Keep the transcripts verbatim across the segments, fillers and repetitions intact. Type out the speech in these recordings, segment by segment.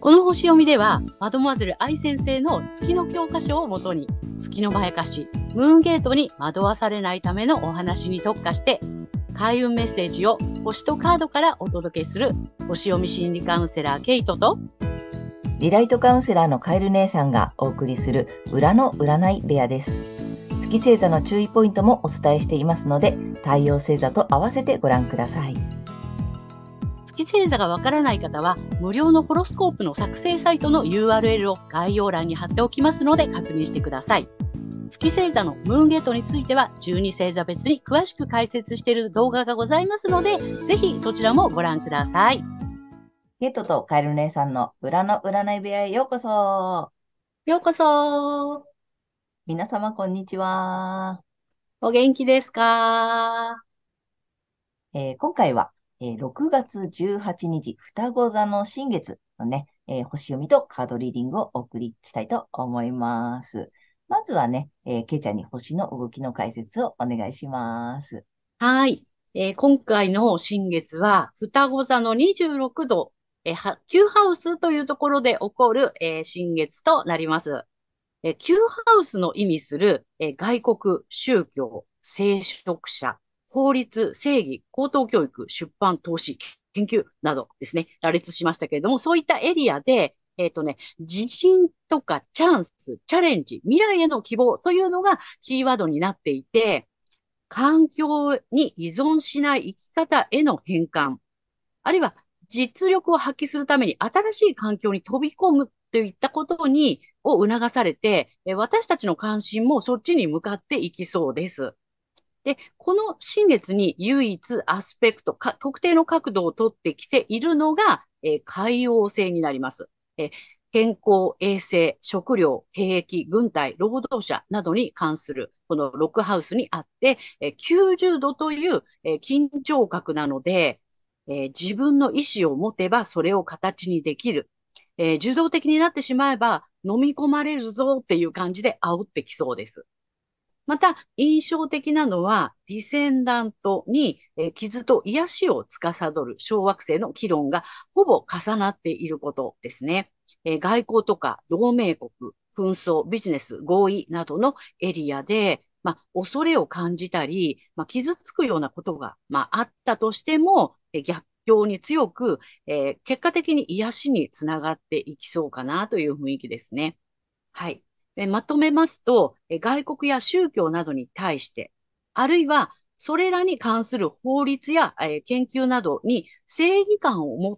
この星読みでは、マドモアゼル愛先生の月の教科書をもとに、月のまやかし、ムーンゲートに惑わされないためのお話に特化して、開運メッセージを星とカードからお届けする、星読み心理カウンセラーケイトと、 リライトカウンセラーのカエル姉さんがお送りする裏の占い部屋です。月星座の注意ポイントもお伝えしていますので、太陽星座と合わせてご覧ください。 月星座がわからない方は、無料のホロスコープの作成サイトの ユーアールエル を概要欄に貼っておきますので確認してください。月星座のムーンゲートについては、じゅうに星座別に詳しく解説している動画がございますので、ぜひそちらもご覧ください。 ゲートとカエル姉さんの裏の占い部屋へようこそ。 ようこそ。 皆様こんにちは。 お元気ですか？ えー今回は、えーろくがつじゅうはちにち、双子座の新月のね、えー星読みとカードリーディングをお送りしたいと思います。まずはね、えー、ケイちゃんに星の動きの解説をお願いします。 はい。えー今回の新月は、双子座のにじゅうろくど、えーは Q ハウスというところで起こる、えー新月となります。えー Q ハウスの意味する、えー外国、宗教、聖職者、法律、正義、高等教育、出版、投資、研究などですね、羅列しましたけれども、そういったエリアで、えっとね、自信とかチャンス、チャレンジ、未来への希望というのがキーワードになっていて、環境に依存しない生き方への変換、あるいは実力を発揮するために新しい環境に飛び込むといったことに、を促されて、私たちの関心もそっちに向かっていきそうです。で、この新月に唯一アスペクト、か特定の角度をとってきているのが、えー海王星になります。えー健康、衛生、食料、兵役、軍隊、労働者などに関する、このロックハウスにあって、えーきゅうじゅうどという、えー緊張角なので、えー自分の意思を持てばそれを形にできる。えー受動的になってしまえば飲み込まれるぞっていう感じで煽ってきそうです。また、印象的なのは、ディセンダントに、えー傷と癒しを司る小惑星の議論がほぼ重なっていることですね。えー外交とか同盟国、紛争、ビジネス、合意などのエリアで、まあ、恐れを感じたり、まあ、傷つくようなことが、まあ、あったとしても、えー逆境に強く、えー結果的に癒しにつながっていきそうかなという雰囲気ですね。はい。えまとめますと、え外国や宗教などに対して、あるいはそれらに関する法律や、え研究などに正義感を持って、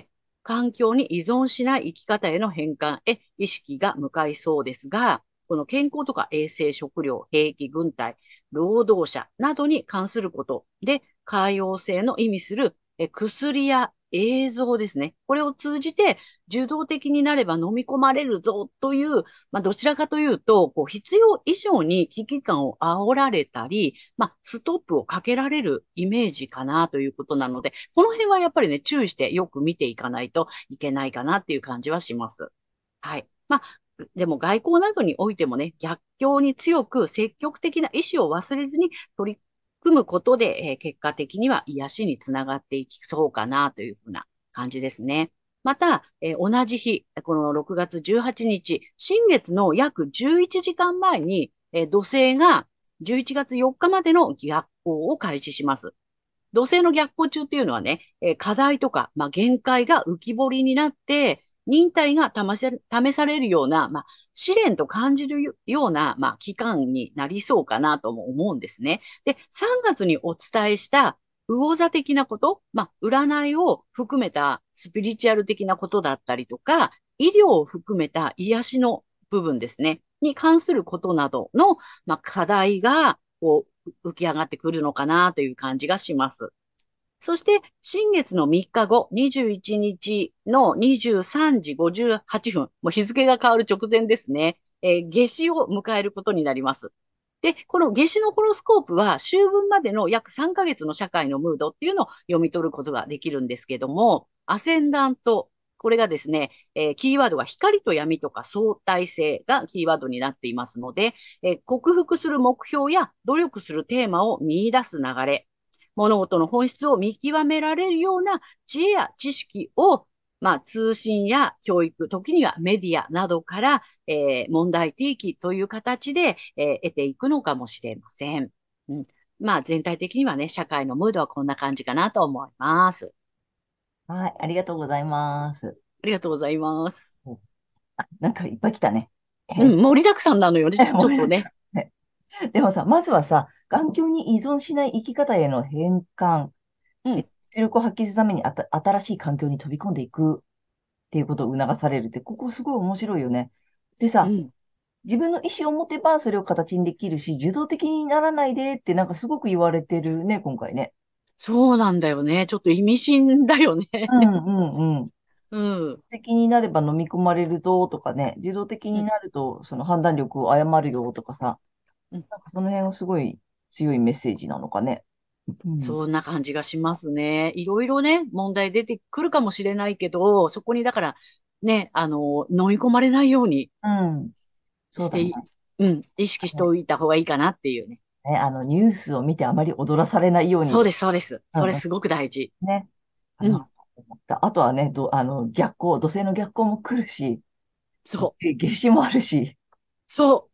環境に依存しない生き方への変換へ意識が向かいそうですが、この健康とか衛生、食料、兵役、軍隊、労働者などに関することで、海洋性の意味するえ薬や映像ですね。これを通じて受動的になれば飲み込まれるぞという、まあ、どちらかというと、こう必要以上に危機感を煽られたり、まあ、ストップをかけられるイメージかなということなので、この辺はやっぱりね、注意してよく見ていかないといけないかなっていう感じはします。はい。まあ、でも外交などにおいてもね、逆境に強く積極的な意思を忘れずに取り組むことで、えー結果的には癒しにつながっていきそうかなというふうな感じですね。また、えー同じ日、このろくがつじゅうはちにち、新月の約じゅういちじかんまえに、えー土星がじゅういちがつよっかまでの逆行を開始します。土星の逆行中っていうのはね、えー課題とか、まあ、限界が浮き彫りになって、忍耐が試せ試されるような、まあ、試練と感じるような、まあ、期間になりそうかなとも思うんですね。で、さんがつにお伝えした魚座的なこと、まあ、占いを含めたスピリチュアル的なことだったりとか、医療を含めた癒しの部分ですね、に関することなどの、まあ、課題が、こう、浮き上がってくるのかなという感じがします。そして、新月のみっかご、にじゅういちにちのにじゅうさんじごじゅうはっぷん、もう日付が変わる直前ですね。えー夏至を迎えることになります。で、この夏至のホロスコープは、秋分までの約さんかげつの社会のムードっていうのを読み取ることができるんですけども、アセンダント、これがですね、えーキーワードが光と闇とか相対性がキーワードになっていますので、えー克服する目標や努力するテーマを見出す流れ、物事の本質を見極められるような知恵や知識を、 まあ、通信や教育、時にはメディアなどから、えー問題提起という形で、えー得ていくのかもしれません。うん、まあ、全体的にはね、社会のムードはこんな感じかなと思います。 はい、ありがとうございます。 ありがとうございます。 おあ、なんかいっぱい来たね。えー、 うん、盛りだくさんなのよね、ちもうねょっとね。 でもさ、まずはさ、環境に依存しない生き方への変換、えうん、 出力を発揮するためにあた新しい環境に飛び込んでいくっていうことを促されるって、ここすごい面白いよね。でさ、 うん。 自分の意思を持てばそれを形にできるし、受動的にならないでってなんかすごく言われてるね、今回ね。 そうなんだよね。ちょっと意味深だよね。 うんうんうん。 うん、 的になれば飲み込まれるぞとかね、自動的うん、 になるとその判断力を誤るよとかさ、 うん。 なんかその辺すごい強いメッセージなのかね。うん。 そんな感じがしますね。いろいろね、問題出てくるかもしれないけど、そこにだから、ね、あの、飲み込まれないようにうん。そうだね。 してい、うん、意識しておいた方がいいかなっていうね。 ね、あの、ニュースを見てあまり踊らされないようにと。 そうです、そうです。 うんうん。 それすごく大事。 ね。かうん、 なと思った。あとはね、ど、あの、逆光、土星の逆光も来るし、 そう、 げ夏至もあるし、 そう。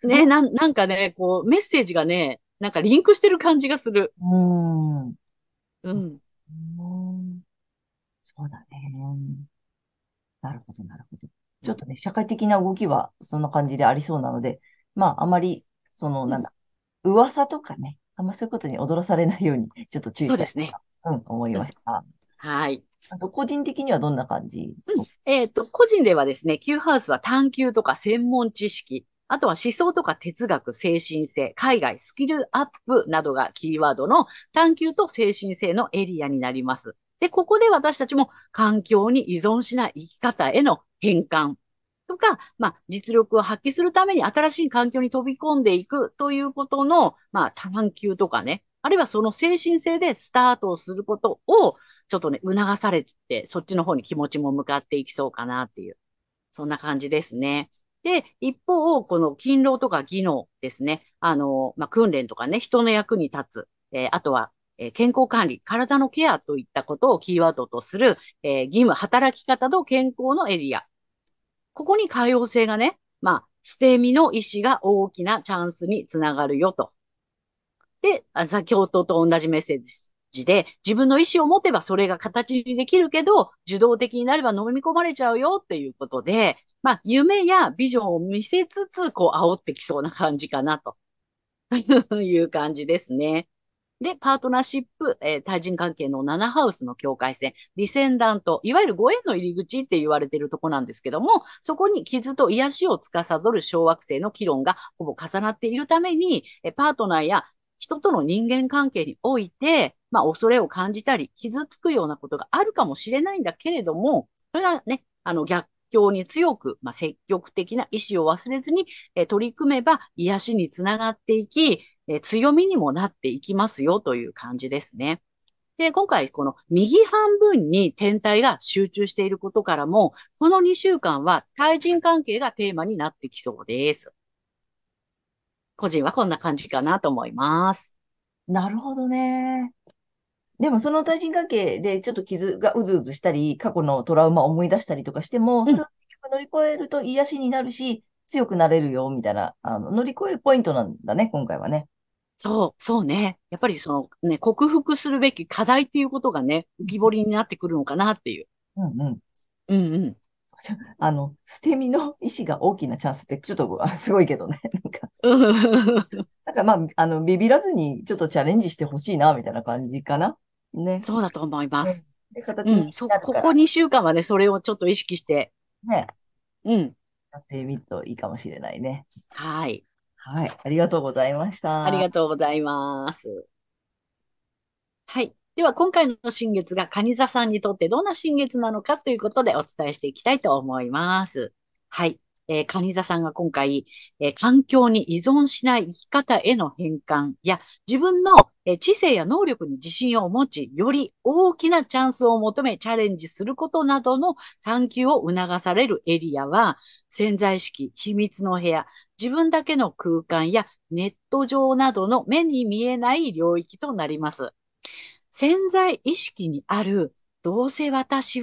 ね、 すごく、 なん、なんかね、こう、メッセージがね、なんかリンクしてる感じがする。 うーん。 うん、 うんそうだね。なるほど、なるほど。 うん、 ちょっとね、社会的な動きはそんな感じでありそうなので、まあ、あまり、その、 うん。 なんだ、噂とかね、あんまそういうことに踊らされないように、ちょっと注意したいそうですね。 な、うん、思いうん、 ました。 はい。 あと、個人的にはどんな感じ？ うん。えっと、個人ではですね、Q ハウスは探求とか専門知識、あとは思想とか哲学、精神性、海外、スキルアップなどがキーワードの探求と精神性のエリアになります。で、ここで私たちも環境に依存しない生き方への変換とか、まあ、実力を発揮するために新しい環境に飛び込んでいくということの、まあ、探求とかね、あるいはその精神性でスタートをすることを、ちょっとね、促されて、そっちの方に気持ちも向かっていきそうかなっていう、そんな感じですね。で、一方、この勤労とか技能ですね。あの、まあ、訓練とかね、人の役に立つ。えーあとは、えー健康管理、体のケアといったことをキーワードとする、えー義務、働き方と健康のエリア。ここに多様性がね、まあ、捨て身の意思が大きなチャンスにつながるよと。で、あ先ほどと同じメッセージで、自分の意思を持てばそれが形にできるけど、受動的になれば飲み込まれちゃうよっていうことで、まあ、夢やビジョンを見せつつ、こう、煽ってきそうな感じかなという感じですね。で、パートナーシップ、えー対人関係のナナハウスの境界線、ディセンダント、いわゆるご縁の入り口って言われているとこなんですけども、そこに傷と癒しを司る小惑星の議論がほぼ重なっているために、えパートナーや人との人間関係において、まあ、恐れを感じたり、傷つくようなことがあるかもしれないんだけれども、それがね、あの逆境に強く、まあ、積極的な意思を忘れずに、え取り組めば癒しにつながっていき、え強みにもなっていきますよという感じですね。で、今回この右半分に天体が集中していることからも、このにしゅうかんは対人関係がテーマになってきそうです。個人はこんな感じかなと思います。 なるほどね。でもその対人関係でちょっと傷がうずうずしたり、過去のトラウマを思い出したりとかしても、 うん。 それを結局乗り越えると癒しになるし、強くなれるよ、みたいな、あの、乗り越えるポイントなんだね、今回はね。 そう、そうね。やっぱりそのね、克服するべき課題っていうことがね、浮き彫りになってくるのかなっていう。 うんうん。 うんうん。 ちょあの、捨て身の意志が大きなチャンスって、ちょっとあすごいけどね。なんか、 うんなんかまあ、あの、ビビらずにちょっとチャレンジしてほしいな、みたいな感じかな。ね。 そうだと思いまね。 す。 で、形にうん。そ、ここなるから、 にしゅうかんはね、それをちょっと意識して、 ね、 うん。 やってみるといいかもしれないね。 はい。 はい。ありがとうございましありた。 がとうございます。はい。では、今回の新月が蟹座さんにとってどんな新月なのかということでお伝えしていきたいと思います。はい。えー、蟹座さんが今回、えー環境に依存しない生き方への変換や自分の、えー知性や能力に自信を持ち、より大きなチャンスを求めチャレンジすることなどの探求を促されるエリアは、潜在意識、秘密の部屋、自分だけの空間やネット上などの目に見えない領域となります。潜在意識にある、どうせ私はっ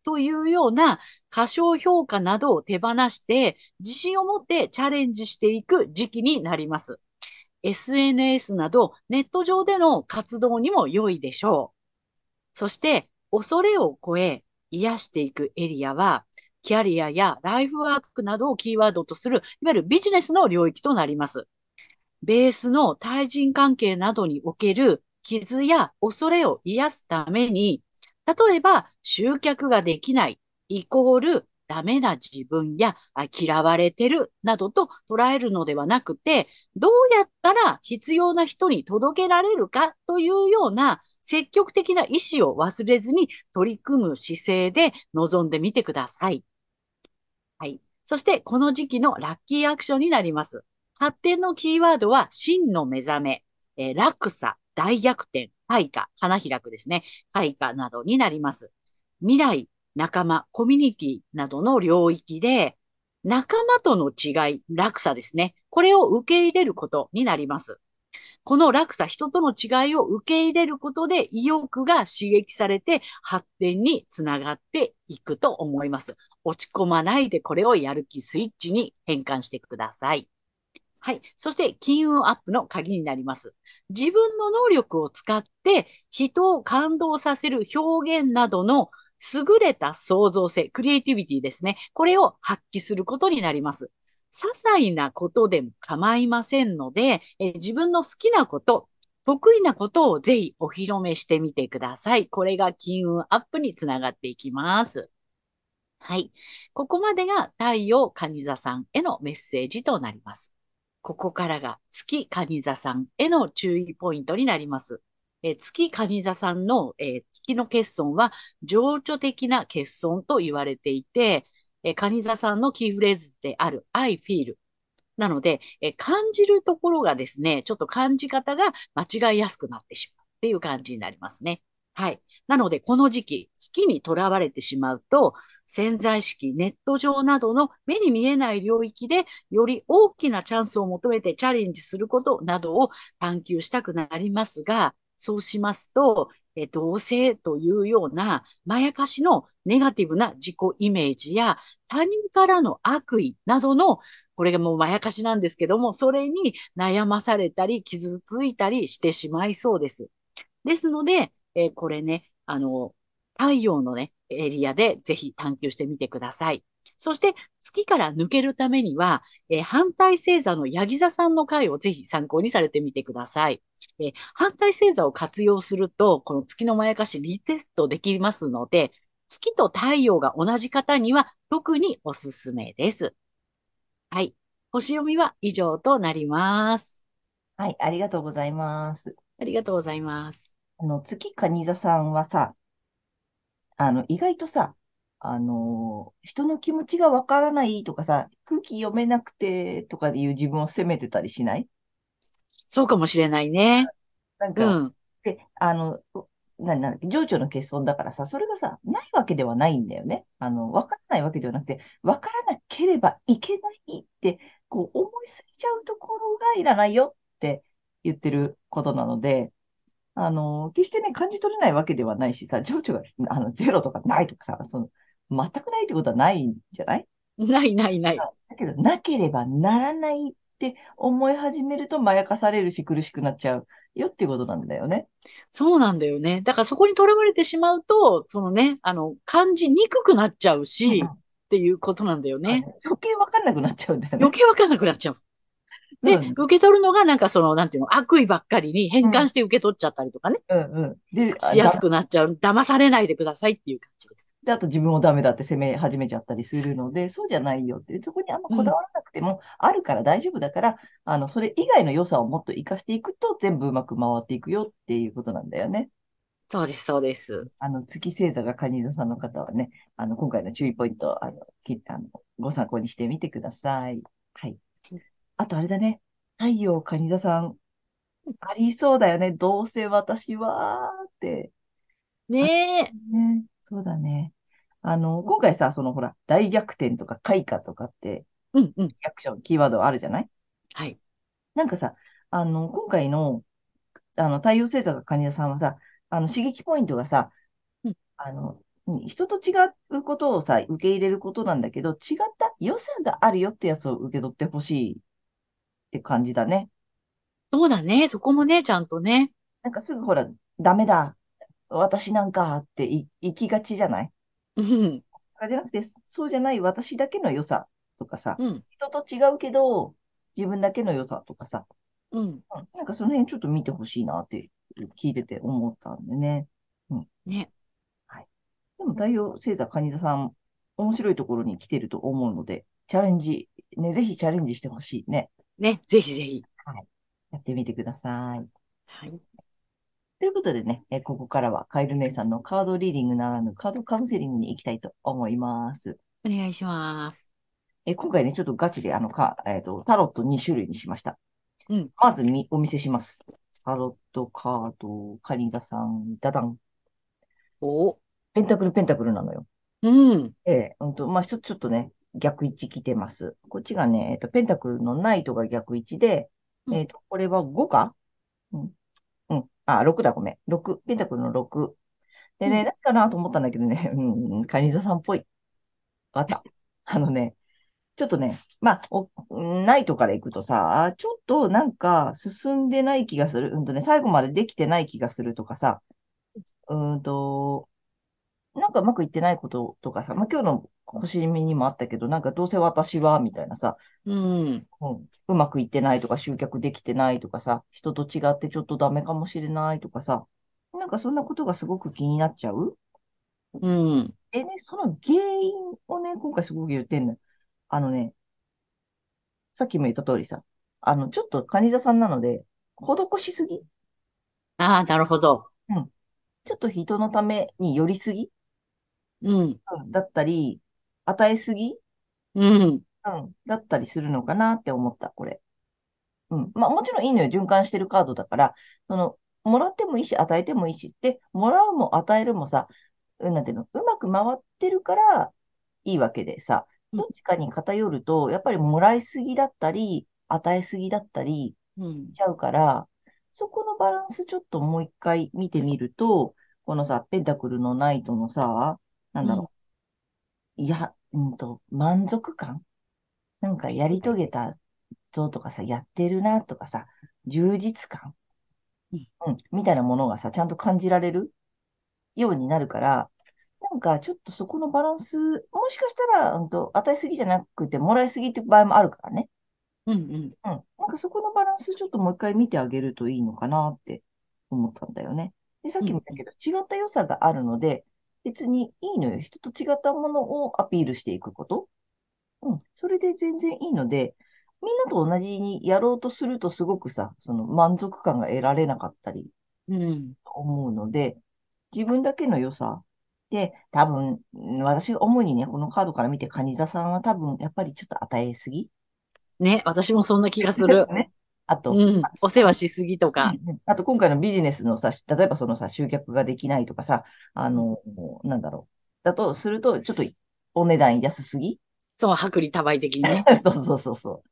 というような過小評価などを手放して、自信を持ってチャレンジしていく時期になります。エスエヌエス などネット上での活動にも良いでしょう。そして、恐れを超え、癒していくエリアは、キャリアやライフワークなどをキーワードとする、いわゆるビジネスの領域となります。ベースの対人関係などにおける傷や恐れを癒すために、例えば集客ができないイコールダメな自分や嫌われてるなどと捉えるのではなくて、どうやったら必要な人に届けられるかというような積極的な意思を忘れずに取り組む姿勢で臨んでみてください。はい。そしてこの時期のラッキーアクションになります。発展のキーワードは真の目覚め、えー落差、大逆転、開花、花開くですね。開花などになります。未来、仲間、コミュニティなどの領域で、仲間との違い、落差ですね。これを受け入れることになります。この落差、人との違いを受け入れることで意欲が刺激されて発展につながっていくと思います。落ち込まないでこれをやる気スイッチに変換してください。はい。そして、金運アップの鍵になります。自分の能力を使って人を感動させる表現などの優れた創造性、クリエイティビティですね。これを発揮することになります。些細なことでも構いませんので、え自分の好きなこと、得意なことをぜひお披露目してみてください。これが金運アップにつながっていきます。はい。ここまでが太陽蟹座さんへのメッセージとなります。ここからが月蟹座さんへの注意ポイントになります。えー月蟹座さんの、えー月の欠損は情緒的な欠損と言われていて、えー蟹座さんのキーフレーズである I feel。なので、えー感じるところがですね、ちょっと感じ方が間違いやすくなってしまうっていう感じになりますね。はい。なので、この時期、月にとらわれてしまうと、潜在意識、ネット上などの目に見えない領域で、より大きなチャンスを求めてチャレンジすることなどを探求したくなりますが、そうしますと、え同性というような、まやかしのネガティブな自己イメージや、他人からの悪意などの、これがもうまやかしなんですけども、それに悩まされたり、傷ついたりしてしまいそうです。ですので、えーこれね、あの、太陽のね、エリアでぜひ探求してみてください。そして、月から抜けるためには、えー反対星座のヤギ座さんの回をぜひ参考にされてみてください。えー反対星座を活用すると、この月のまやかしリテストできますので、月と太陽が同じ方には特におすすめです。はい。星読みは以上となります。 はい、ありがとうございます。 ありがとうございます。 あの、月蟹座さんはさ、あの、意外とさ、あの、人の気持ちがわからないとかさ、空気読めなくてとかでいう自分を責めてたりしない？ そうかもしれないね。 なんか、 うん。 で、あの、な、な、情緒の欠損だからさ、それがさ、ないわけではないんだよね。あの、わからないわけではなくて、わからなければいけないって、こう、思いすぎちゃうところがいらないよって言ってることなので、あの、決してね、感じ取れないわけではないしさ、情緒が、あの、ゼロとかないとかさ、その、全くないってことはないんじゃない？ ないないない。 あだけど、なければならないって思い始めると、まやかされるし苦しくなっちゃうよっていうことなんだよね。 そうなんだよね。だからそこにとらわれてしまうと、そのね、あの、感じにくくなっちゃうし、 うんうん。 っていうことなんだよね。 そうね、余計わかんなくなっちゃうんだよね。 余計わかんなくなっちゃう。で、 そうね。 受け取るのがなんかその、なんていうの、悪意ばっかりに変うん、 換して受け取っちゃったりとかね、 うんうん。で、あ、 しやすだ、 くなっちゃう。騙されないでくださいっていう感じです。 で、あと自分をダメだって責め始めちゃったりするので、そうじゃないよって、そこにあんまうん。 こだわらなくても、あるから大丈夫だから、あの、それ以外の良さをもっと活かしていくと、全部うまく回っていくよっていうことなんだよね。 そうです、そうです。 あの、月星座が蟹座さんの方はね、あの、今回の注意ポイント、あの、き、あの、ご参考にしてみてください。はい。あとあれだね。太陽蟹座さん、ありそうだよね。どうせ私は、って。あ、 ねえ。 ね。そうだね。あの、今回さ、そのほら、大逆転とか開花とかって、 うんうん。 アクション、キーワードあるじゃない？ はい。 なんかさ、あの、今回の、あの、太陽星座が蟹座さんはさ、あの、刺激ポイントがさ、 うんあの、 うん人と違うことをさ、受け入れることなんだけど、違った良さがあるよってやつを受け取ってほしいって感じだね。 そうだね。そこもね、ちゃんとね。 なんかすぐほら、ダメだ、私なんかってい行きがちじゃない？ うん。 じゃなくて、そうじゃない私だけの良さとかさ、 うん。 人と違うけど、自分だけの良さとかさ、 うん。 うんなんかその辺ちょっと見てほしいなって聞いてて思ったんでね。うん。 ね。 はい。でも太陽星座蟹座さん、面白いところに来てると思うので、チャレンジ、ね、ぜひチャレンジしてほしいね。 ね。ぜひぜひ。 はい。やってみてください。 はい。 ということでね、えここからはカエル姉さんのカードリーディングならぬカードカウンセリングに行きたいと思います。 お願いします。 え今回ね、ちょっとガチであのか、えっと、タロットに種類にしました。 うん。 まずみお見せします。タロットカード、カニ座さん、ダダン。 お。 ペンタクル、ペンタクルなのよ。 うん。 ええ、うんと、まあ、一つちょっとね、逆位置来てます。こっちがね、えっと、ペンタクルのナイトが逆位置で、 うん。 えっと、これはごかうん、うん。あ、ろくだ、ごめん。ろく。ペンタクルのろく。でね、 うん。 何かなと思ったんだけどね、うん、カニ座さんっぽい。わかった。あのね、ちょっとね、まあ、お、ナイトから行くとさ、ちょっとなんか進んでない気がする。うんとね、最後までできてない気がするとかさ、うんと、なんかうまくいってないこととかさ、まあ、今日の星見にもあったけど、なんかどうせ私は、みたいなさ、 うん。 うん、うまくいってないとか、集客できてないとかさ、人と違ってちょっとダメかもしれないとかさ、なんかそんなことがすごく気になっちゃう。 うん。 でね、その原因をね、今回すごく言ってんのよ。あのね、さっきも言った通りさ、あの、ちょっとカニ座さんなので、施しすぎ、 ああ、なるほど。 うん、ちょっと人のために寄りすぎ、 うん。 うん、だったり、与えすぎ、 うん。 うん、だったりするのかなって思った、これ。うん。まあもちろんいいのよ。循環してるカードだから、その、もらってもいいし、与えてもいいし、で、もらうも与えるもさ、うんなんていうの、うまく回ってるからいいわけでさ、 うん。 どっちかに偏ると、やっぱりもらいすぎだったり、与えすぎだったりうん。 しちゃうから、そこのバランスちょっともう一回見てみると、このさ、ペンタクルのナイトのさ、なんうん。 だろう、いや、うんと、満足感なんかやり遂げたぞとかさ、やってるなとかさ、充実感うん。 うん、みたいなものがさ、ちゃんと感じられるようになるから、なんかちょっとそこのバランス、もしかしたら、うんと、与えすぎじゃなくて、もらいすぎっていう場合もあるからね。 うん。うん。 うん。なんかそこのバランスちょっともう一回見てあげるといいのかなって思ったんだよね。で、さっうん。 きも言ったけど、違った良さがあるので、別にいいのよ。人と違ったものをアピールしていくこと。うん。それで全然いいので、みんなと同じにやろうとするとすごくさ、その満足感が得られなかったりうん。 思うので、自分だけの良さで、多分、うん私が主にね、このカードから見て、カニ座さんは多分、やっぱりちょっと与えすぎね。私もそんな気がする。 ね。あと、 うん。お世話しすぎとか。 うんうんあと今回のビジネスのさ、例えばそのさ、集客ができないとかさ、あうん。 の、なんだろう。だとすると、ちょっとお値段安すぎそう、薄利多売的にね。 そうそうそうそう。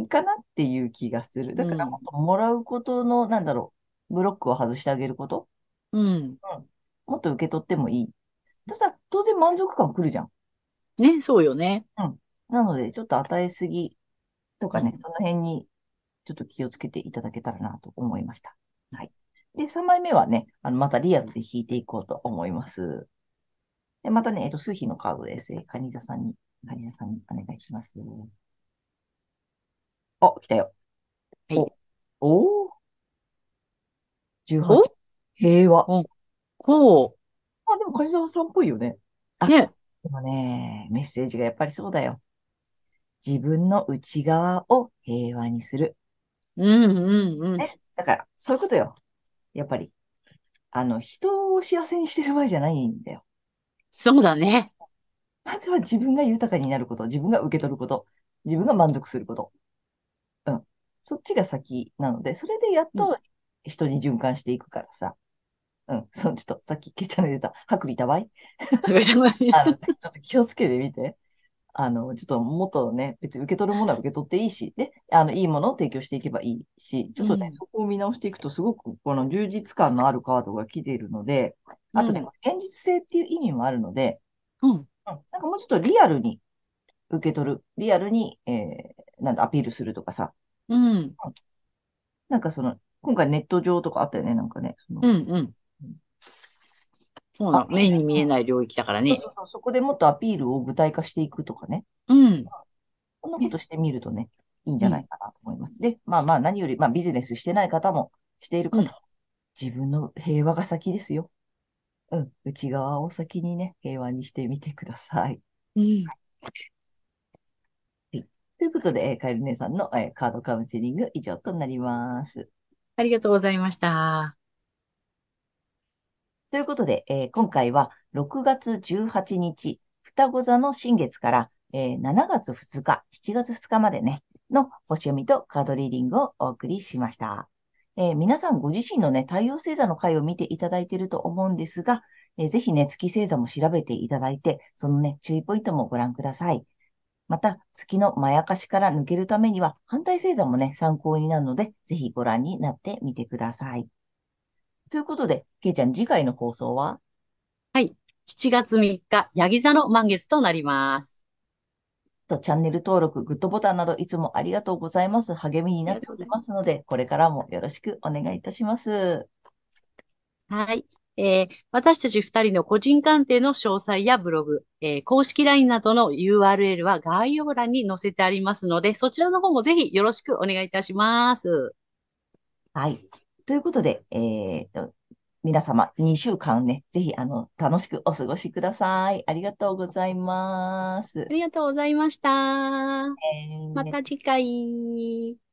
かなっていう気がする。だからもっうん。 ともらうことの、なんだろう、ブロックを外してあげること、 うん。 うん、もっと受け取ってもいい。とさ、当然満足感来るじゃん。 ね。そうよね。 うん。なので、ちょっと与えすぎとかね、 うん。 その辺にちょっと気をつけていただけたらなと思いました。はい。で、さんまいめはね、あの、またリアルで引いていこうと思います。で、またね、えっと、数比のカードです。えーカニ座さんに、カニ座さんにお願いします。お、来たよ。 はい。 お、おー、 お。 じゅうはち。平和。 お。ほあ、でもカニ座さんっぽいよね。 う。 あ、 ね。 でもね、メッセージがやっぱりそうだよ。自分の内側を平和にする。 うん。うん。うん。 ね。だから、そういうことよ。やっぱり。あの、人を幸せにしてる場合じゃないんだよ。 そうだね。 まずは自分が豊かになること、自分が受け取ること、自分が満足すること。うん。そっちが先なので、それでやっうん。 と人に循環していくからさ。うん。そう、ちょっとさっきケチャの出た、薄利多売だからじゃない。 あの、ぜひちょっと気をつけてみて。 あの、ちょっともっとね、別に受け取るものは受け取っていいし、で、あの、いいものを提供していけばいいし、ちょっとね、 うん、 そこを見直していくと、すごくこの充実感のあるカードが来ているので、あとね、 うん、 現実性っていう意味もあるので、 うん、 うん、なんかもうちょっとリアルに受け取る、リアルに、えー、なんだ、アピールするとかさ、 うん、 うん、なんかその、今回ネット上とかあったよね、なんかね、その、 うん、うん。そうなの。 アピール、 目に見うん、 えない領域だからね。 そうそうそう、そこでもっとアピールを具体化していくとかね、 うん、 こんなことしてみるとね、いいんじうん、 ゃないかなと思います。で、まあまあ、何より、まあ、ビジネスしてない方も、しているうん、 方も、自分の平和が先ですよ。うん、内側を先にね、平和にしてみてください。 うん。 はい、ということで、えーカエル姉さんの、えーカードカウンセリング以上となります。 ありがとうございました。 ということで、えー今回はろくがつじゅうはちにち、双子座の新月から、えーしちがつふつか、しちがつふつかまでね、の星読みとカードリーディングをお送りしました。えー皆さんご自身のね、太陽星座の回を見ていただいていると思うんですが、えーぜひね、月星座も調べていただいて、そのね、注意ポイントもご覧ください。また、月のまやかしから抜けるためには、反対星座もね、参考になるので、ぜひご覧になってみてください。ということで、けいちゃん、次回の放送ははい。しちがつみっか、ヤギ座の満月となります。 とチャンネル登録、グッドボタンなどいつもありがとうございます。励みにありなっておりがとうございます。 ますので、これからもよろしくお願いいたします。 はい。えー私たちふたりの個人鑑定の詳細やブログ、えー公式 ライン などの ユーアールエル は概要欄に載せてありますので、そちらの方もぜひよろしくお願いいたします。 はい。ということで、えーと、皆様、にしゅうかんね、ぜひ、あの、楽しくお過ごしください。ありがとうございます。 ありがとうございました。 えーまた次回。